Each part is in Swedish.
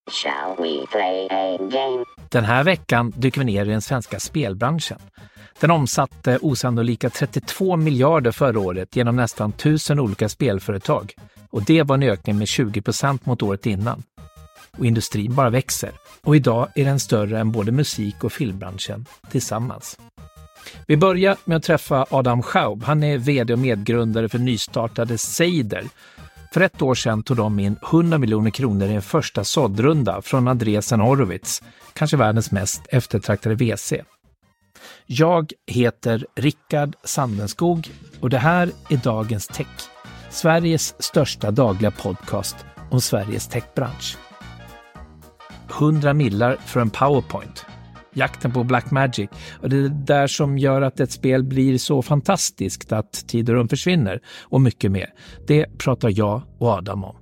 Shall we play a game? Den här veckan dyker vi ner i den svenska spelbranschen. Den omsatte osannolika 32 miljarder förra året genom nästan 1000 olika spelföretag. Och det var en ökning med 20% mot året innan. Och industrin bara växer. Och idag är den större än både musik- och filmbranschen tillsammans. Vi börjar med att träffa Adam Schaub. Han är vd och medgrundare för nystartade Seider. För ett år sedan tog de in 100 miljoner kronor i en första såddrunda från Andreessen Horowitz, kanske världens mest eftertraktade VC. Jag heter Rickard Sandenskog och det här är Dagens Tech, Sveriges största dagliga podcast om Sveriges techbransch. 100 millar för en PowerPoint. Jakten på Blackmagic och det är det där som gör att ett spel blir så fantastiskt att tid och rum försvinner och mycket mer. Det pratar jag och Adam om.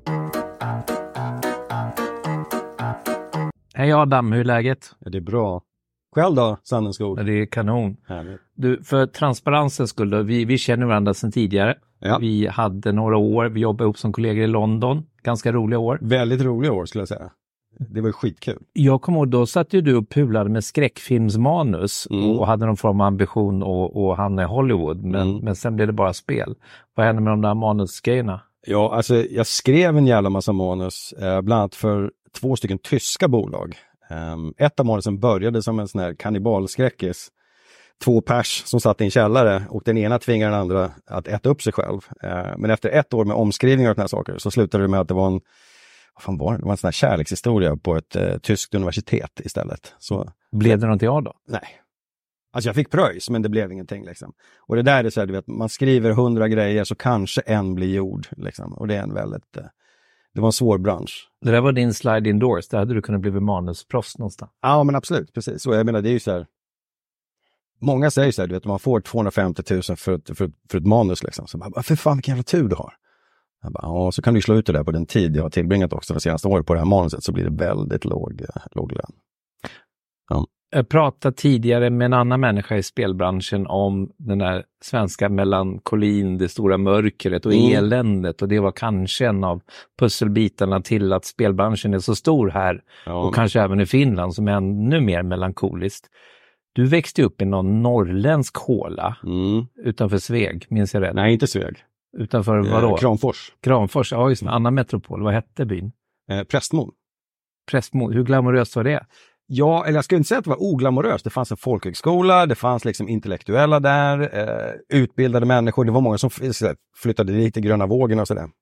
Hej Adam, hur är läget? Ja, det är bra. Själv då, Sandenskog? Ja, det är kanon. Härligt. Du, för transparensens skull då, vi känner varandra sedan tidigare. Ja. Vi hade några år, vi jobbade ihop som kollegor i London. Ganska roliga år. Väldigt roliga år skulle jag säga. Det var skitkul. Jag kommer ihåg, då satt ju du och pulade med skräckfilmsmanus och hade någon form av ambition att hamna i Hollywood. Men sen blev det bara spel. Vad hände med de där manusgrejerna? Ja, alltså jag skrev en jävla massa manus, bland annat för 2 stycken tyska bolag. Ett av manusen började som en sån här kannibalskräckis. 2 pers som satt i en källare och den ena tvingade den andra att äta upp sig själv. Men efter 1 år med omskrivningar och såna här saker så slutade det med att det var en det var en sån här kärlekshistoria på ett tyskt universitet istället. Så blev det någonting av då? Nej. Alltså jag fick pröjs men det blev ingenting liksom. Och det där är så här, du vet, man skriver 100 grejer så kanske en blir gjord liksom. Och det är en väldigt, det var en svår bransch. Det där var din slide indoors, där hade du kunnat bli manusproffs någonstans. Ja men absolut, precis. Så jag menar det är ju så här, många säger så här, du vet, man får 250 000 för ett manus liksom. Så bara, för fan vilken jävla tur du har. Jag bara, ja, så kan du slå ut det där på den tid jag har tillbringat också de senaste året på det här manuset så blir det väldigt låg lön. Ja. Jag pratade tidigare med en annan människa i spelbranschen om den där svenska melankolin, det stora mörkret och eländet och det var kanske en av pusselbitarna till att spelbranschen är så stor här och kanske även i Finland som är ännu mer melankoliskt. Du växte upp i någon norrländsk håla utanför Sveg, minns jag rätt? Nej, inte Sveg. Utanför vadå? Kramfors. Kramfors, ja just en annan metropol. Vad hette byn? Prästmo. Prästmo, hur glamoröst var det? Ja, eller jag skulle inte säga att det var oglamoröst. Det fanns en folkhögskola, det fanns liksom intellektuella där, utbildade människor. Det var många som flyttade dit i gröna vågen och sådär.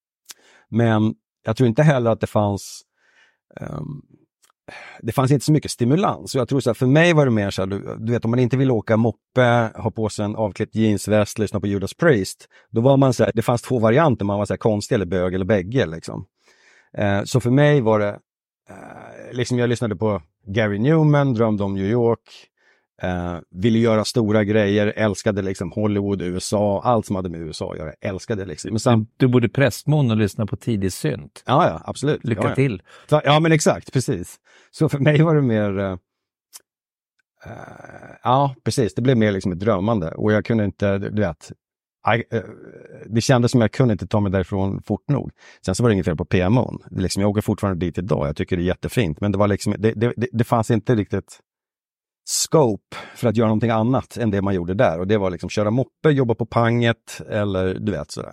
Men jag tror inte heller att det fanns inte så mycket stimulans. Så jag tror så här, för mig var det mer så här, du vet om man inte vill åka moppe, ha på sig en avklippt jeansväst, lyssna på Judas Priest, då var man så här, det fanns 2 varianter, man var så här konstig eller bög eller bägge liksom. Så för mig var det liksom jag lyssnade på Gary Newman, drömde om New York, ville göra stora grejer, älskade liksom Hollywood, USA, allt som hade med USA att göra, älskade liksom. Men du bodde i Prästmon och lyssnade på tidig synt. Ja, absolut. Lycka till. Ja, men exakt, precis. Så för mig var det mer, ja, precis, det blev mer liksom ett drömmande och jag kunde inte, du vet, det kändes som jag kunde inte ta mig därifrån fort nog. Sen så var det inget fel på PMO:n. Liksom, jag åker fortfarande dit idag, jag tycker det är jättefint, men det var liksom, det fanns inte riktigt scope för att göra någonting annat än det man gjorde där. Och det var liksom köra moppe, jobba på panget eller du vet sådär.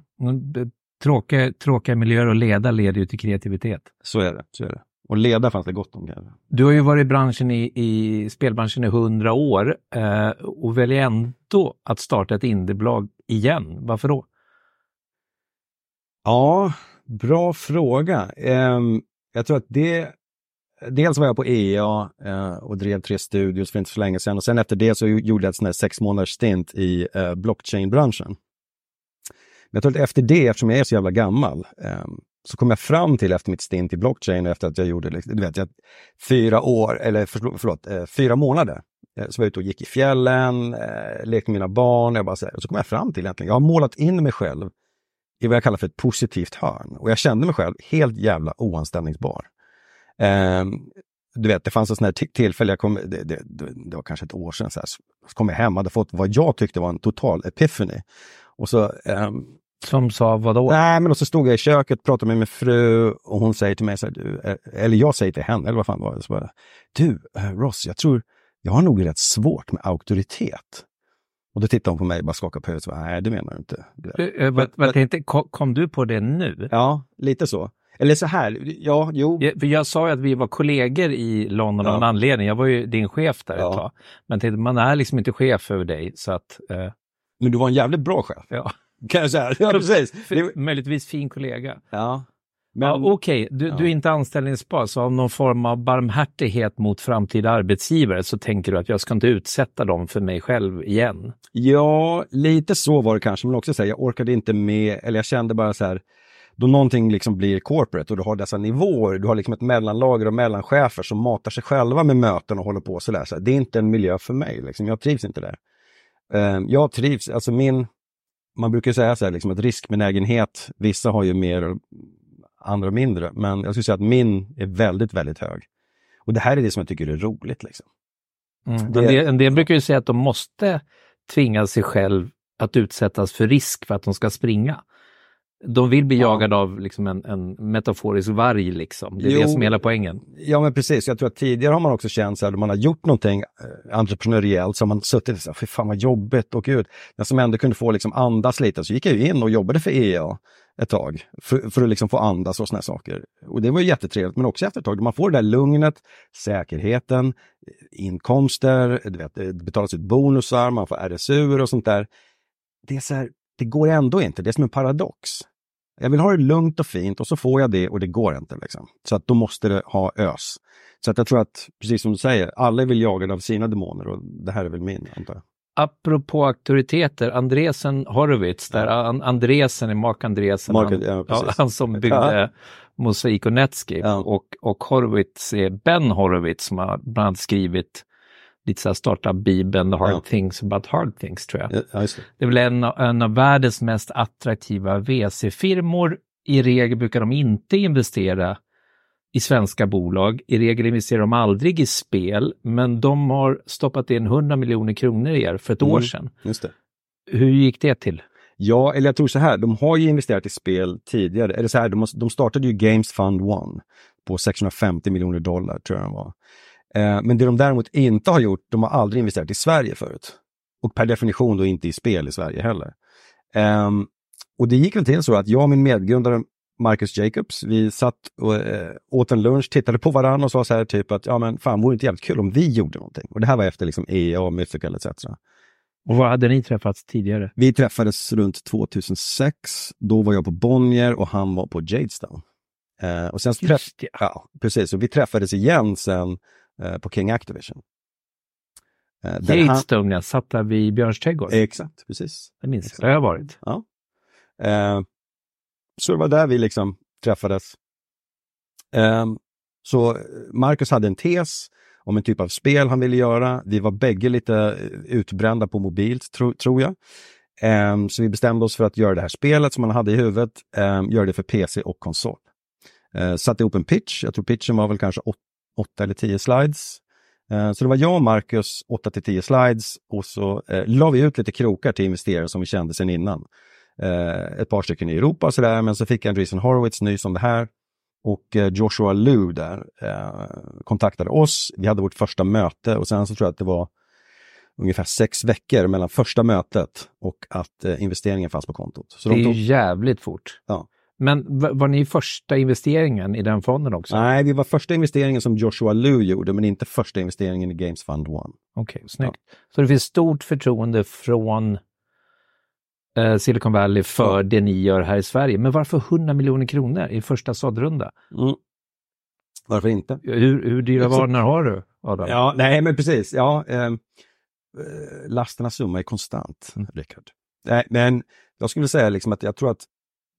Tråkiga miljöer och leder ju till kreativitet. Så är det. Och leda fanns det gott om. Kanske. Du har ju varit i branschen i spelbranschen i 100 år och väljer ändå att starta ett indiebolag igen. Varför då? Ja, bra fråga. Jag tror att dels var jag på EA och drev 3 studios för inte så länge sedan. Och sen efter det så gjorde jag ett sån här 6 månaders stint i blockchain-branschen. Men jag tror att efter det, eftersom jag är så jävla gammal, så kom jag fram till efter mitt stint i blockchain och efter att jag gjorde, du vet, 4 månader. Så var jag ute och gick i fjällen, lekte med mina barn och så kom jag fram till egentligen, jag har målat in mig själv i vad jag kallar för ett positivt hörn. Och jag kände mig själv helt jävla oanställningsbar. Du vet, det fanns en sån här tillfälle, det var kanske ett år sedan, så kom jag hem och hade fått vad jag tyckte var en total epiphany. Och så Som sa vadå? Nej, men så stod jag i köket, pratade med min fru och hon säger till mig så här, eller jag säger till henne, eller vad fan var det, så bara, du Ross, jag tror jag har nog rätt svårt med auktoritet. Och då tittade hon på mig och bara skakade på huvudet och sa, nej det menar du inte. Kom du på det nu? Ja, lite så. Eller så här, ja, jo. För jag sa ju att vi var kollegor i London av en anledning. Jag var ju din chef där ett tag. Men man är liksom inte chef över dig, så att... Men du var en jävligt bra chef. Ja. Kan jag säga. Ja, precis. Möjligtvis fin kollega. Ja. Men... Okej. Du är inte anställningsbar, så av någon form av barmhärtighet mot framtida arbetsgivare så tänker du att jag ska inte utsätta dem för mig själv igen. Ja, lite så var det kanske, men också så här, jag orkade inte med, eller jag kände bara så här, då någonting liksom blir corporate och du har dessa nivåer, du har liksom ett mellanlager och mellanchefer som matar sig själva med möten och håller på så där. Så det är inte en miljö för mig, liksom. Jag trivs inte där. Jag trivs, alltså man brukar säga så här, liksom, att riskbenägenhet, vissa har ju mer och andra mindre, men jag skulle säga att min är väldigt, väldigt hög. Och det här är det som jag tycker är roligt. Liksom. En del brukar ju säga att de måste tvinga sig själv att utsättas för risk för att de ska springa. De vill bli jagade av liksom en metaforisk varg liksom. Det är det som är hela poängen. Ja, men precis. Jag tror att tidigare har man också känt så här, att man har gjort någonting entreprenöriellt, så har man suttit så här, för fan vad jobbigt och gud. Den som ändå kunde få liksom andas lite, så gick jag ju in och jobbade för EA ett tag för att liksom få andas och såna här saker. Och det var ju jättetrevligt, men också efter ett tag, man får det där lugnet, säkerheten, inkomster, du vet, det betalas ut bonusar, man får RSU och sånt där. Det är så här, det går ändå inte. Det är som en paradox. Jag vill ha det lugnt och fint och så får jag det och det går inte. Liksom. Så att då måste det ha ös. Så att jag tror att, precis som du säger, alla vill jaga av sina demoner och det här är väl min, antar jag. Apropå auktoriteter, Andresen Horowitz, där Andresen är Mark Andresen, han som byggde Mosaik och Netscape, och Horowitz är Ben Horowitz som har bland annat skrivit lite så här starta Bibeln, The Hard Things About Hard Things, tror jag. Ja, just det. Det är väl en av världens mest attraktiva VC-firmor. I regel brukar de inte investera i svenska bolag. I regel investerar de aldrig i spel, men de har stoppat in 100 miljoner kronor i er för ett år sedan. Just det. Hur gick det till? Ja, eller jag tror så här, de har ju investerat i spel tidigare. Eller så här, de startade ju Games Fund 1 på $650 miljoner, tror jag det var. Men det de däremot inte har gjort, de har aldrig investerat i Sverige förut. Och per definition då inte i spel i Sverige heller. Och det gick väl till så att jag och min medgrundare Marcus Jacobs, vi satt och åt en lunch, tittade på varandra och sa så här typ att ja men fan, vore det inte jävligt kul om vi gjorde någonting. Och det här var efter liksom EA, Mythical etc. Och vad hade ni träffats tidigare? Vi träffades runt 2006. Då var jag på Bonnier och han var på Jadestone. Och sen precis. Och vi träffades igen sen på King Activision. Jadestone, jag satt där vid Björns trädgård. Exakt, precis. Det minns jag. Det har varit. Ja. Så det var där vi liksom träffades. Så Marcus hade en tes om en typ av spel han ville göra. Vi var bägge lite utbrända på mobilt, tror jag. Så vi bestämde oss för att göra det här spelet som han hade i huvudet. Göra det för PC och konsol. Satte ihop en pitch. Jag tror pitchen var väl kanske 8 eller 10 slides. Så det var jag och Marcus, 8 till 10 slides. Och så la vi ut lite krokar till investerare som vi kände sedan innan. Ett par stycken i Europa och sådär. Men så fick Andreessen Horowitz nys om det här. Och Joshua Liu där kontaktade oss. Vi hade vårt första möte och sen så tror jag att det var ungefär 6 veckor mellan första mötet och att investeringen fanns på kontot. Så det är ju jävligt fort. Ja. Men var ni första investeringen i den fonden också? Nej, vi var första investeringen som Joshua Liu gjorde, men inte första investeringen i Games Fund 1. Okej, snyggt. Ja. Så det finns stort förtroende från Silicon Valley för det ni gör här i Sverige. Men varför 100 miljoner kronor i första såddrunda? Varför inte? Hur dyra varor har du, Adam? Ja, nej men precis. Ja, lasternas summa är konstant, Rickard. Nej, men jag skulle säga liksom att jag tror att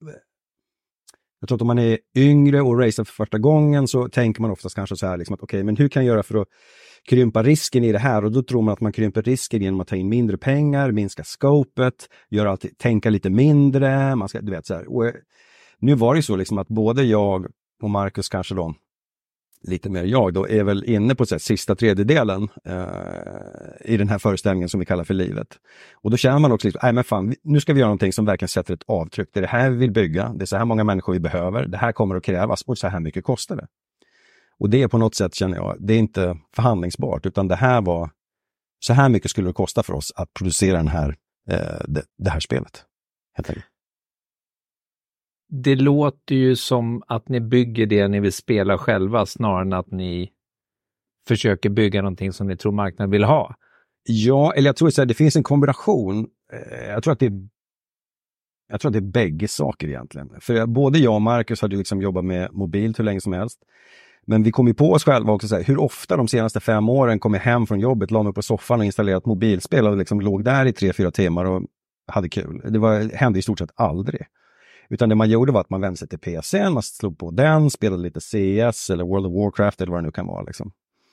om man är yngre och racear för första gången så tänker man oftast kanske så här liksom att okej, men hur kan jag göra för att krympa risken i det här? Och då tror man att man krymper risken genom att ta in mindre pengar, minska scopet, tänka lite mindre, man ska, du vet så här. Och nu var det så liksom att både jag och Marcus kanske då lite mer jag då, är väl inne på så här, sista tredjedelen i den här föreställningen som vi kallar för livet. Och då känner man också liksom, nej men fan, nu ska vi göra någonting som verkligen sätter ett avtryck. Det är det här vi vill bygga, det är så här många människor vi behöver, det här kommer att krävas och så här mycket kostar det. Och det är på något sätt, känner jag, det är inte förhandlingsbart, utan det här var, så här mycket skulle det kosta för oss att producera det här spelet. Helt enkelt. Det låter ju som att ni bygger det ni vill spela själva snarare än att ni försöker bygga någonting som ni tror marknaden vill ha. Ja, eller jag tror att det finns en kombination. Jag tror att det är bägge saker egentligen. För både jag och Marcus hade liksom jobbat med mobilt hur länge som helst. Men vi kom ju på oss själva också så här, hur ofta de senaste 5 åren kom jag hem från jobbet, la mig på soffan och installerat mobilspel och liksom låg där i 3-4 timmar och hade kul. Det hände i stort sett aldrig. Utan det man gjorde var att man vände sig till PC:n, man slog på den, spelade lite CS eller World of Warcraft eller vad det nu kan vara. Liksom.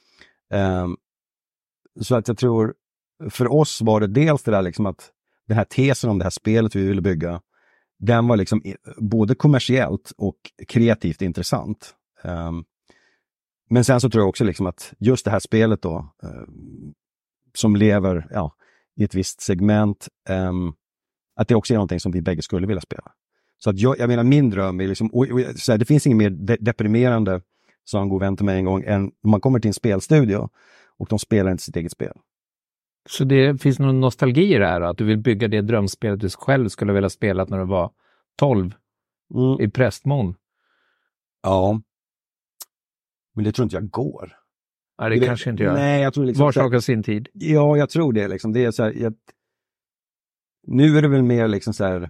Så att jag tror, för oss var det dels det där liksom att den här tesen om det här spelet vi ville bygga, den var liksom både kommersiellt och kreativt intressant. Men sen så tror jag också liksom att just det här spelet då, som lever i ett visst segment, att det också är någonting som vi bägge skulle vilja spela. Så att jag menar, min dröm är liksom, så här, det finns inget mer deprimerande, sa en god vän till mig en gång, än man kommer till en spelstudio och de spelar inte sitt eget spel. Så det finns någon nostalgi i det här, att du vill bygga det drömspelet du själv skulle vilja spela när du var 12 i Prästmon? Ja. Men det tror inte jag går. Nej, det kanske inte gör. Nej, jag tror liksom... Var sak har sin tid. Ja, jag tror det liksom. Det är så här, nu är det väl mer liksom så här...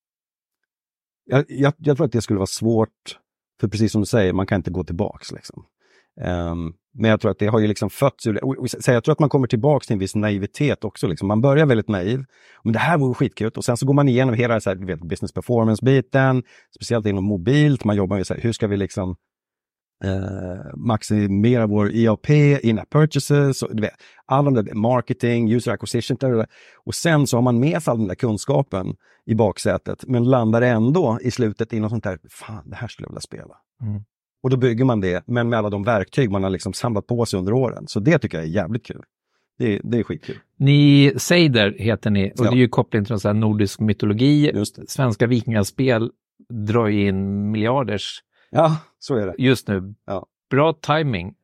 Jag tror att det skulle vara svårt, för precis som du säger, man kan inte gå tillbaks liksom. Men jag tror att det har ju liksom fötts ur det. Jag tror att man kommer tillbaks till en viss naivitet också liksom. Man börjar väldigt naiv, men det här vore skitkul, och sen så går man igenom hela så här, business performance-biten, speciellt inom mobilt. Man jobbar med så här, hur ska vi liksom maximera vår EAP, in-app purchases, och, all de där marketing, user acquisition, och sen så har man med sig all den där kunskapen i baksätet, men landar ändå i slutet i något sånt där, fan, det här skulle jag vilja spela. Och då bygger man det, men med alla de verktyg man har liksom samlat på sig under åren. Så det tycker jag är jävligt kul. Det är skitkul. Ni, Seider heter ni, och det är ju koppling till en nordisk mytologi. Svenska vikingaspel drar in miljarders. Ja, så är det. Just nu. Ja. Bra timing.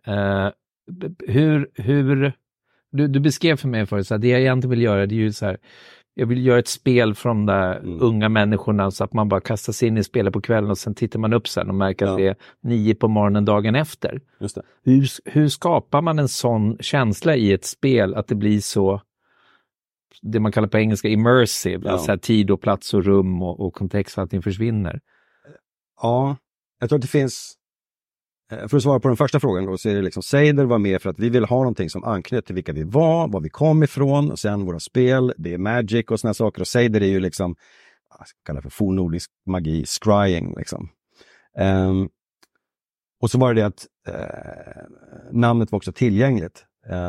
Du beskrev för mig förut, så här, det jag egentligen vill göra, det är ju så här, jag vill göra ett spel från de unga människorna, så att man bara kastar sig in i spelet på kvällen och sen tittar man upp sen och märker att det är 9 på morgonen dagen efter. Just det. Hur skapar man en sån känsla i ett spel att det blir så, det man kallar på engelska immersive, alltså här, tid och plats och rum och kontext, så att allting försvinner? Ja, jag tror att det finns, för att svara på den första frågan då, så är det liksom, Seider var med för att vi vill ha någonting som anknyter till vilka vi var vi kom ifrån, och sen våra spel, det är Magic och såna saker, och Seider är ju liksom, jag kallar för fornnordisk magi, scrying liksom. Och så var det att namnet var också tillgängligt.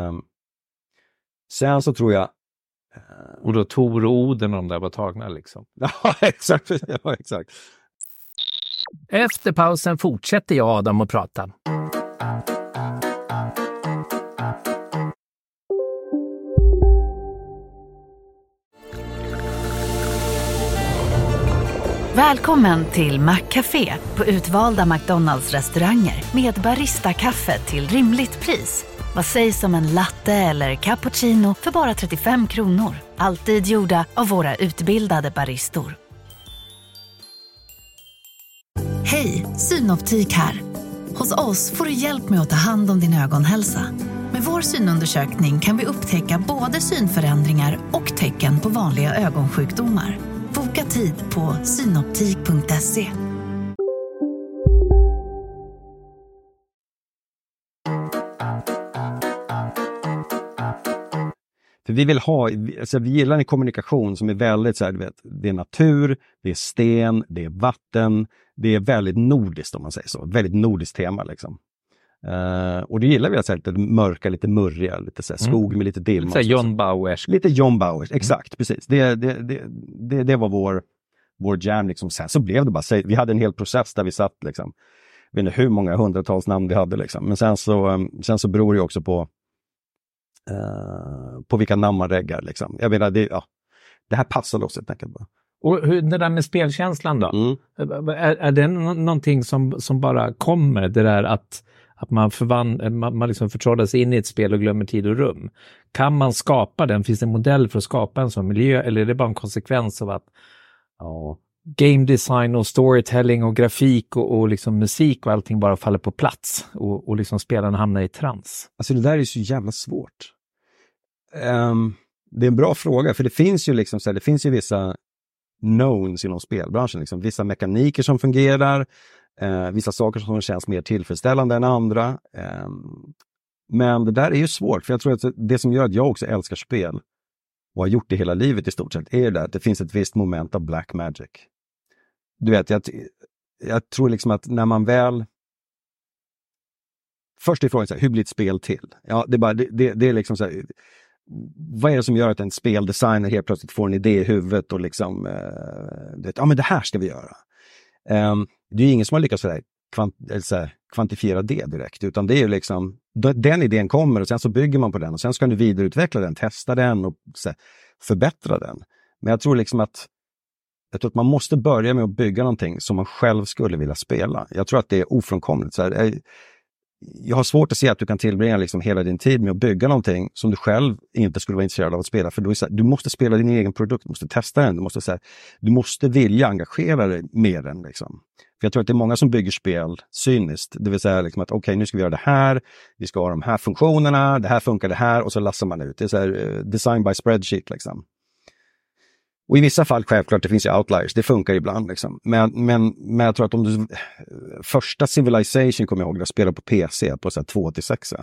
Sen så tror jag och då Tor och Oden, de där var tagna liksom. Ja, exakt. Ja, exakt. Efter pausen fortsätter jag och Adam att prata. Välkommen till McCafé på utvalda McDonalds-restauranger med barista-kaffe till rimligt pris. Vad sägs om en latte eller cappuccino för bara 35 kronor? Alltid gjorda av våra utbildade baristor. Hej, Synoptik här. Hos oss får du hjälp med att ta hand om din ögonhälsa. Med vår synundersökning kan vi upptäcka både synförändringar och tecken på vanliga ögonsjukdomar. Boka tid på synoptik.se. För vi vill ha, alltså vi gillar en kommunikation som är väldigt så här, du vet, det är natur, det är sten, det är vatten, det är väldigt nordiskt om man säger så, väldigt nordiskt tema liksom. Och det gillar vi att säga lite mörka, lite murriga, lite så här, skog med lite dilma. Lite John Bauers. Lite John Bauers, exakt, precis. Det var vår jam liksom. Sen så blev det bara, vi hade en hel process där vi satt liksom. vet inte hur många hundratals namn vi hade liksom. Men sen så beror det också på vilka namn man reggar liksom. Jag menar, det här passar oss helt enkelt bara. Och det där med spelkänslan då? Är det någonting som bara kommer? Det där att man liksom förtrådas in i ett spel och glömmer tid och rum. Kan man skapa den? Finns det en modell för att skapa en sån miljö? Eller är det bara en konsekvens av att game design och storytelling och grafik och liksom musik och allting bara faller på plats och liksom spelarna hamnar i trans? Alltså det där är så jävla svårt. Det är en bra fråga, för det finns ju liksom så här, det finns ju vissa knowns inom spelbranschen, liksom vissa mekaniker som fungerar, vissa saker som känns mer tillfredsställande än andra. Men det där är ju svårt, för jag tror att det som gör att jag också älskar spel och har gjort det hela livet i stort sett är det att det finns ett visst moment av black magic. Du vet, jag tror liksom att när man väl först är frågan så här, hur blir ett spel till? Ja, det är liksom så här, vad är det som gör att en speldesigner helt plötsligt får en idé i huvudet och liksom men det här ska vi göra. Det är ju ingen som har lyckats kvantifiera det direkt, utan det är ju liksom den idén kommer och sen så bygger man på den och sen ska du vidareutveckla den, testa den och förbättra den. Men jag tror liksom att man måste börja med att bygga någonting som man själv skulle vilja spela. Jag tror att det är ofrånkomligt. Så här, jag har svårt att se att du kan tillbringa liksom hela din tid med att bygga någonting som du själv inte skulle vara intresserad av att spela. För då är så här, du måste spela din egen produkt, du måste testa den, du måste vilja engagera dig mer än liksom. För jag tror att det är många som bygger spel cyniskt. Det vill säga liksom att okej, nu ska vi göra det här, vi ska ha de här funktionerna, det här funkar det här och så lassar man ut. Det är så här design by spreadsheet liksom. Och i vissa fall självklart, det finns ju outliers, det funkar ibland liksom. Men jag tror att om du första Civilization kommer jag ihåg, jag spelade på PC på så här 286.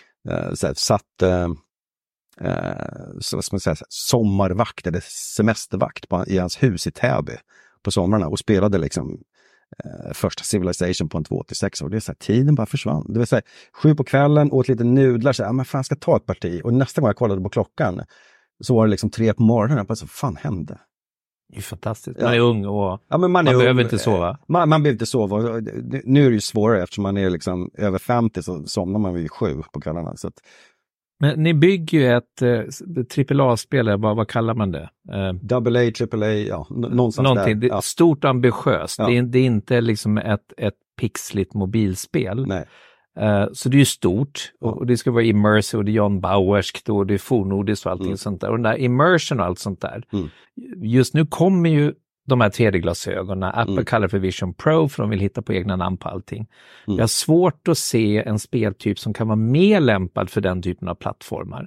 Vad ska man säga, sommarvakt eller semestervakt i hans hus i Täby på somrarna och spelade liksom första Civilization på en 286 och det är så här, tiden bara försvann. Det vill säga 7 på kvällen, åt lite nudlar så här, men fan, ska ta ett parti, och nästa gång jag kollade på klockan så var det liksom 3 på morgonen. Jag bara så, fan hände? Det är fantastiskt. Man är ung och man behöver inte sova. Man behöver inte sova. Nu är det ju svårare eftersom man är liksom över 50 så somnar man vid 7 på kvällarna. Så att... Men ni bygger ju ett AAA-spel, vad kallar man det? AA, AAA, ja, någonstans någonting. där. Det är stort och ambitiöst. Ja. Det är inte liksom ett pixligt mobilspel. Nej. Så det är ju stort och det ska vara immersive och det är John Bauerskt och det är fornordiskt och allting sånt där. Och den där immersion och allt sånt där. Just nu kommer ju de här 3D-glasögonen. Apple kallar för Vision Pro för de vill hitta på egna namn på allting. Jag har svårt att se en speltyp som kan vara mer lämpad för den typen av plattformar.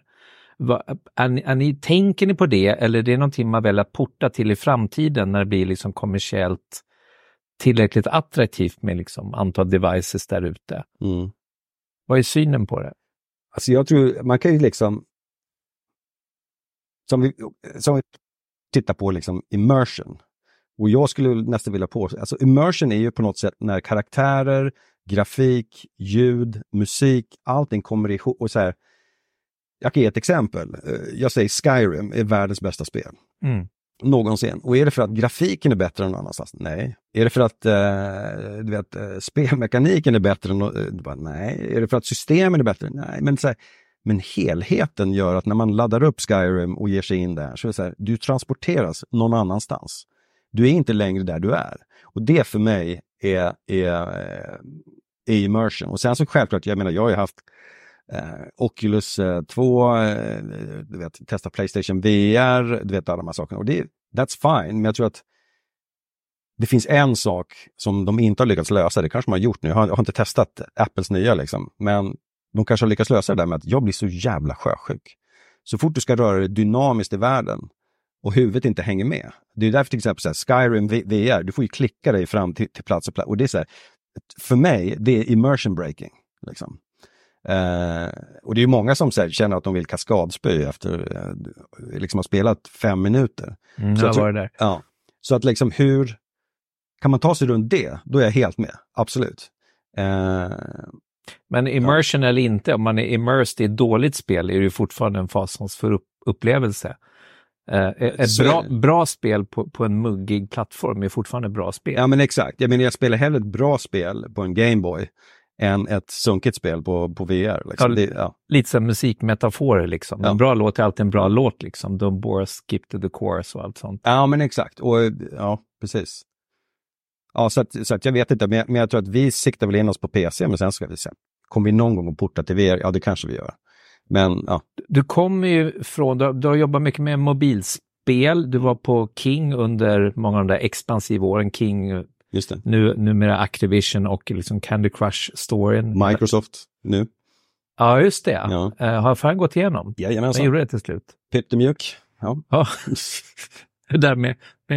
Tänker ni på det, eller är det någonting man väljer att porta till i framtiden när det blir liksom kommersiellt tillräckligt attraktivt med liksom antal devices där ute? Vad är synen på det? Alltså jag tror, man kan ju liksom som vi tittar på liksom immersion. Och jag skulle nästan vilja på, alltså immersion är ju på något sätt när karaktärer, grafik, ljud, musik, allting kommer ihop och så här. Jag kan ge ett exempel. Jag säger Skyrim är världens bästa spel. Någonsin. Och är det för att grafiken är bättre än någon annanstans? Nej. Är det för att spelmekaniken är bättre än nej. Är det för att systemen är bättre? Nej. Men helheten gör att när man laddar upp Skyrim och ger sig in där så är det så här, du transporteras någon annanstans. Du är inte längre där du är. Och det för mig är immersion. Och sen så självklart, jag menar, jag har ju haft Oculus 2, du vet, testa PlayStation VR, du vet alla de här sakerna. Och that's fine, men jag tror att det finns en sak som de inte har lyckats lösa, det kanske man har gjort nu. Jag har inte testat Apples nya liksom, men de kanske har lyckats lösa det där med att jag blir så jävla sjösjuk. Så fort du ska röra dig dynamiskt i världen och huvudet inte hänger med. Det är därför till exempel så här, Skyrim VR, du får ju klicka dig fram till plats och plats. Och det är så här, för mig, det är immersion breaking liksom. Och det är ju många som så här, känner att de vill kaskadspy efter liksom har spelat 5 minuter. Så jag var det där. Ja, så att liksom hur kan man ta sig runt det? Då är jag helt med, absolut. Men immersion eller inte, om man är immersed i ett dåligt spel är det ju fortfarande en fasansfull upplevelse. Ett bra spel på en muggig plattform är fortfarande bra spel. Ja, men exakt. Jag spelar hellre ett bra spel på en Game Boy än ett sunkigt spel på VR. Liksom. Lite som musikmetaforer liksom. Ja. En bra låt är alltid en bra låt liksom. Don't bore, skip to the chorus och allt sånt. Ja, men exakt. Och ja, precis. Ja, så att jag vet inte, men jag tror att vi siktar väl in oss på PC, men sen ska vi se. Kommer vi någon gång att porta till VR? Ja, det kanske vi gör. Men ja. Du kommer ju från, du har jobbat mycket med mobilspel. Du var på King under många av de där expansiva åren. King, just det. Numera Activision och liksom Candy Crush-storyn. Microsoft nu. Ja, just det. Ja. Har fan gått igenom? Jajamensan. Jag gjorde det till slut. Pyttemjuk. Ja. Det där med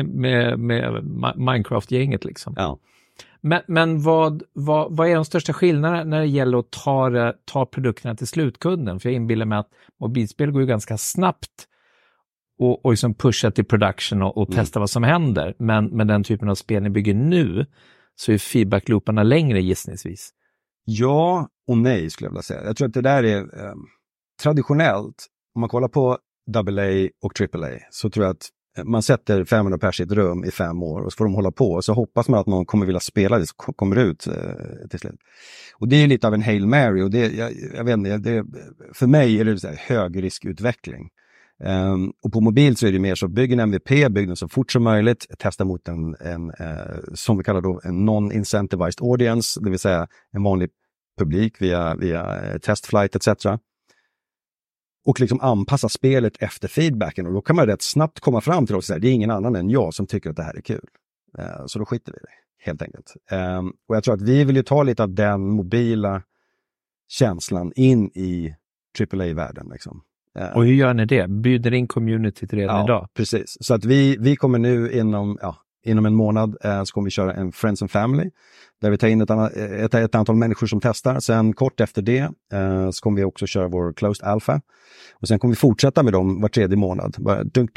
Minecraft-gänget liksom. Ja. Men vad är de största skillnaderna när det gäller att ta produkterna till slutkunden? För jag inbillar mig att mobilspel går ju ganska snabbt och liksom pusha till production och testa vad som händer. Men den typen av spel ni bygger nu så är feedbacklooparna längre gissningsvis. Ja och nej skulle jag vilja säga. Jag tror att det där är traditionellt, om man kollar på AA och AAA så tror jag att man sätter 500 pers i ett rum i 5 år och så får de hålla på och så hoppas man att någon kommer vilja spela det så kommer ut till slut. Och det är lite av en Hail Mary och det, jag vet inte, för mig är det så här högriskutveckling. Och på mobil så är det mer så, bygg en MVP, bygg den så fort som möjligt, testa mot en som vi kallar då en non-incentivized audience, det vill säga en vanlig publik via testflight etc. Och liksom anpassa spelet efter feedbacken och då kan man rätt snabbt komma fram till oss och säga det är ingen annan än jag som tycker att det här är kul. Så då skiter vi det helt enkelt. Och jag tror att vi vill ju ta lite av den mobila känslan in i AAA-världen liksom. Och hur gör ni det? Bjuder in communityt redan idag? Precis. Så att vi kommer nu inom en månad så kommer vi köra en Friends and Family där vi tar in ett antal människor som testar. Sen kort efter det så kommer vi också köra vår Closed Alpha. Och sen kommer vi fortsätta med dem var 3:e månad. Bara dunk.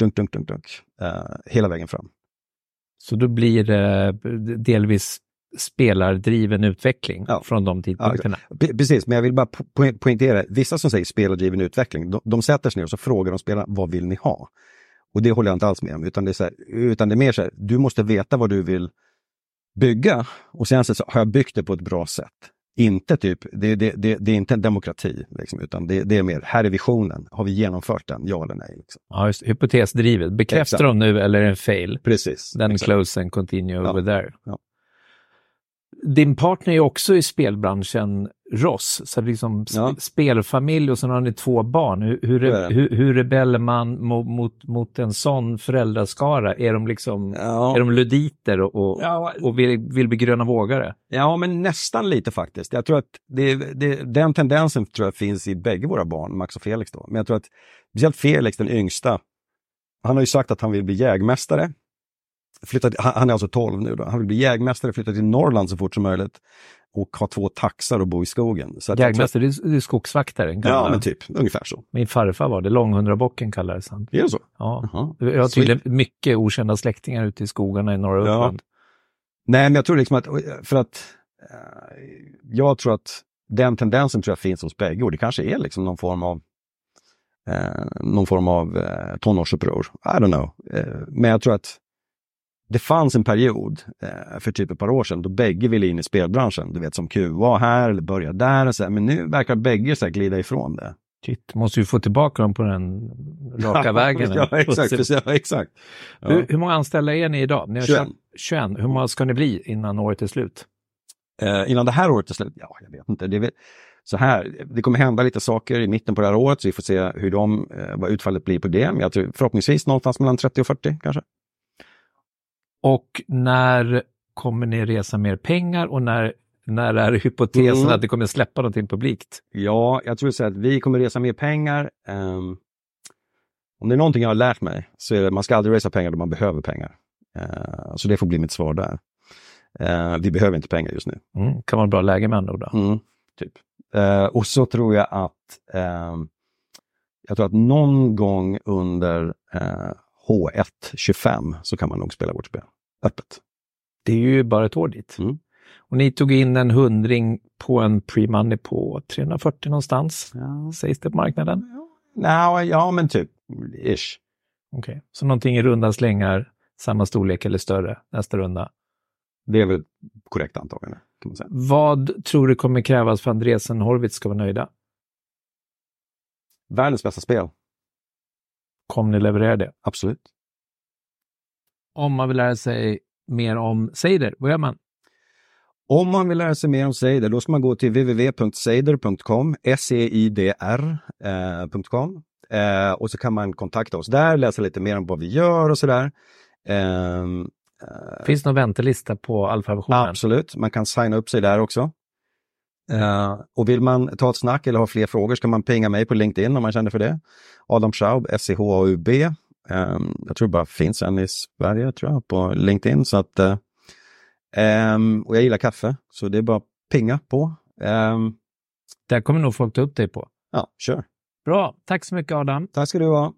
Hela vägen fram. Så då blir det delvis spelardriven utveckling från de tidpunkterna. Ja, precis, men jag vill bara poängtera, vissa som säger spelardriven utveckling, de sätter sig ner och så frågar de spelarna, vad vill ni ha? Och det håller jag inte alls med om, utan det är mer så här, du måste veta vad du vill bygga och sen så har jag byggt det på ett bra sätt. Inte typ, det är inte en demokrati liksom, utan det är mer, här är visionen, har vi genomfört den, ja eller nej? Liksom. Ja, just hypotesdrivet, bekräftar de nu eller är det en fail? Precis. Then close and continue over there. Ja. Din partner är också i spelbranschen, Ross, så liksom spelfamilj och så har ni 2 barn. Hur rebeller man mot en sån föräldraskara? Är de liksom är de luditer och vill bli gröna vågare? Ja, men nästan lite faktiskt. Jag tror att den tendensen tror jag finns i bägge våra barn, Max och Felix då. Men jag tror att speciellt Felix, den yngsta, han har ju sagt att han vill bli jägmästare. Han är alltså 12 nu då. Han vill bli jägmästare, flytta till Norrland så fort som möjligt och ha 2 taxar och bo i skogen. Så jägmästare, det är skogsvaktare. Ja, men typ, ungefär så. Min farfar var det, långhundrabocken kallades han. Är det så? Ja. Jag har tydligen mycket okända släktingar ute i skogarna i norra Uppland. Nej, men jag tror liksom att, jag tror att den tendensen tror jag finns hos bägge och det kanske är liksom någon form av tonårsuppror. I don't know. Men jag tror att det fanns en period för typ ett par år sedan då bägge ville in i spelbranschen. Du vet, som QA här eller börja där och så här. Men nu verkar bägge så här glida ifrån det. Shit, måste ju få tillbaka dem på den raka vägen. Ja, exakt. Ja. Hur många anställda är ni idag? Ni har 21. Hur många ska ni bli innan året är slut? Innan det här året är slut? Ja, jag vet inte. Så här, det kommer hända lite saker i mitten på det här året så vi får se vad utfallet blir på det. Men jag tror förhoppningsvis någonstans mellan 30 och 40 kanske. Och när kommer ni resa mer pengar och när är hypotesen att det kommer släppa någonting publikt? Ja, jag tror så att vi kommer resa mer pengar. Om det är någonting jag har lärt mig så är det att man ska aldrig resa pengar då man behöver pengar. Så det får bli mitt svar där. Vi behöver inte pengar just nu. Kan vara ett bra läge med andra ord då. Typ. Och så tror jag att någon gång under H1-25 så kan man nog spela vårt spel öppet. Det är ju bara ett år dit. Och ni tog in en 100 på en pre-money på 340 någonstans. Ja. Sägs det på marknaden? Ja, men typ ish. Okej. Så någonting i runda slängar, samma storlek eller större nästa runda? Det är väl korrekt antagande, kan man säga. Vad tror du kommer krävas för Andresen Horwitz ska vara nöjda? Världens bästa spel. Kommer ni leverera det? Absolut. Om man vill lära sig mer om Seider, vad gör man? Om man vill lära sig mer om Seider, då ska man gå till www.seider.com, seider.com. Och så kan man kontakta oss där, läsa lite mer om vad vi gör och sådär. Finns det någon väntelista på alfaversionen? Absolut, man kan signa upp sig där också. Och vill man ta ett snack eller ha fler frågor så kan man pinga mig på LinkedIn om man känner för det. Adam Schaub, FCHAUB. Jag tror det bara finns en i Sverige tror jag, på LinkedIn. Så att, och jag gillar kaffe, så det är bara pinga på. Där kommer nog folk ta upp dig på. Ja, kör. Bra, tack så mycket Adam. Tack ska du ha.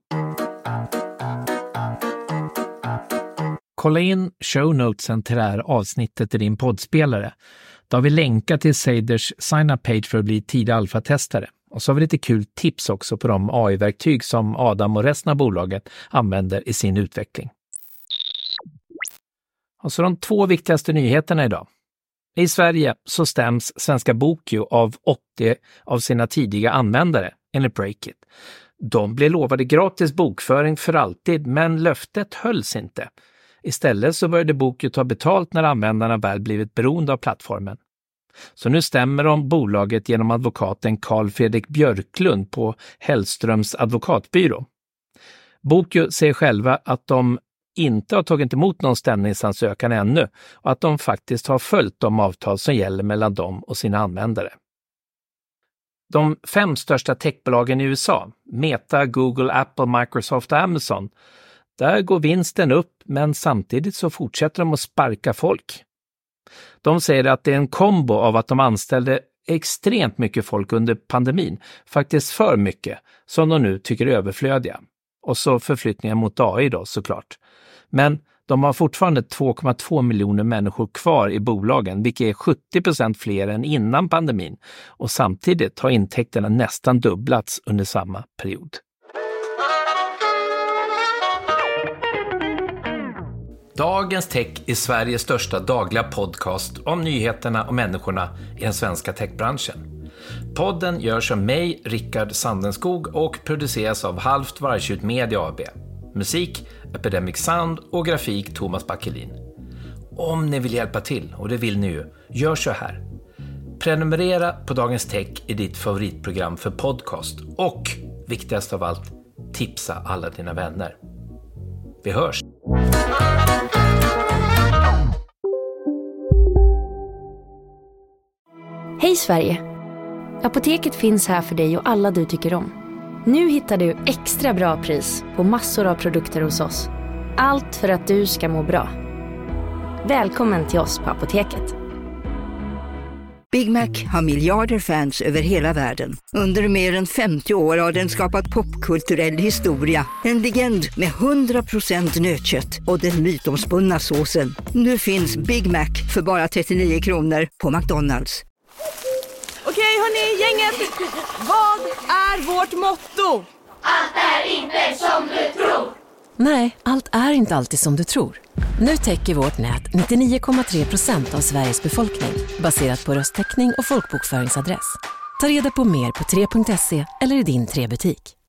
Kolla in shownotesen till det här avsnittet i din poddspelare. Då har vi länkat till Seiders sign-up-page för att bli tidig alfa-testare. Och så har vi lite kul tips också på de AI-verktyg som Adam och resten av bolaget använder i sin utveckling. Och så de 2 viktigaste nyheterna idag. I Sverige så stäms Svenska Bokio av 80 av sina tidiga användare, enligt Breakit. De blev lovade gratis bokföring för alltid, men löftet hölls inte. Istället så började Bokio ta betalt när användarna väl blivit beroende av plattformen. Så nu stämmer de bolaget genom advokaten Carl Fredrik Björklund på Hellströms advokatbyrå. Bokio säger själva att de inte har tagit emot någon stämningsansökan ännu och att de faktiskt har följt de avtal som gäller mellan dem och sina användare. De 5 största techbolagen i USA, Meta, Google, Apple, Microsoft och Amazon, där går vinsten upp, men samtidigt så fortsätter de att sparka folk. De säger att det är en kombo av att de anställde extremt mycket folk under pandemin, faktiskt för mycket, som de nu tycker är överflödiga. Och så förflyttningar mot AI då såklart. Men de har fortfarande 2,2 miljoner människor kvar i bolagen, vilket är 70% fler än innan pandemin. Och samtidigt har intäkterna nästan dubblats under samma period. Dagens Tech är Sveriges största dagliga podcast om nyheterna och människorna i den svenska techbranschen. Podden görs av mig, Rickard Sandenskog, och produceras av Halvt Vargtjut Media AB. Musik, Epidemic Sound och grafik Thomas Backelin. Om ni vill hjälpa till, och det vill ni ju, gör så här. Prenumerera på Dagens Tech i ditt favoritprogram för podcast och, viktigast av allt, tipsa alla dina vänner. Vi hörs! Hej Sverige! Apoteket finns här för dig och alla du tycker om. Nu hittar du extra bra pris på massor av produkter hos oss. Allt för att du ska må bra. Välkommen till oss på Apoteket. Big Mac har miljarder fans över hela världen. Under mer än 50 år har den skapat popkulturell historia. En legend med 100% nötkött och den mytomspunna såsen. Nu finns Big Mac för bara 39 kronor på McDonald's. Okej hörni, gänget. Vad är vårt motto? Allt är inte som du tror. Nej, allt är inte alltid som du tror. Nu täcker vårt nät 99,3% av Sveriges befolkning baserat på röstteckning och folkbokföringsadress. Ta reda på mer på 3.se eller i din 3-butik.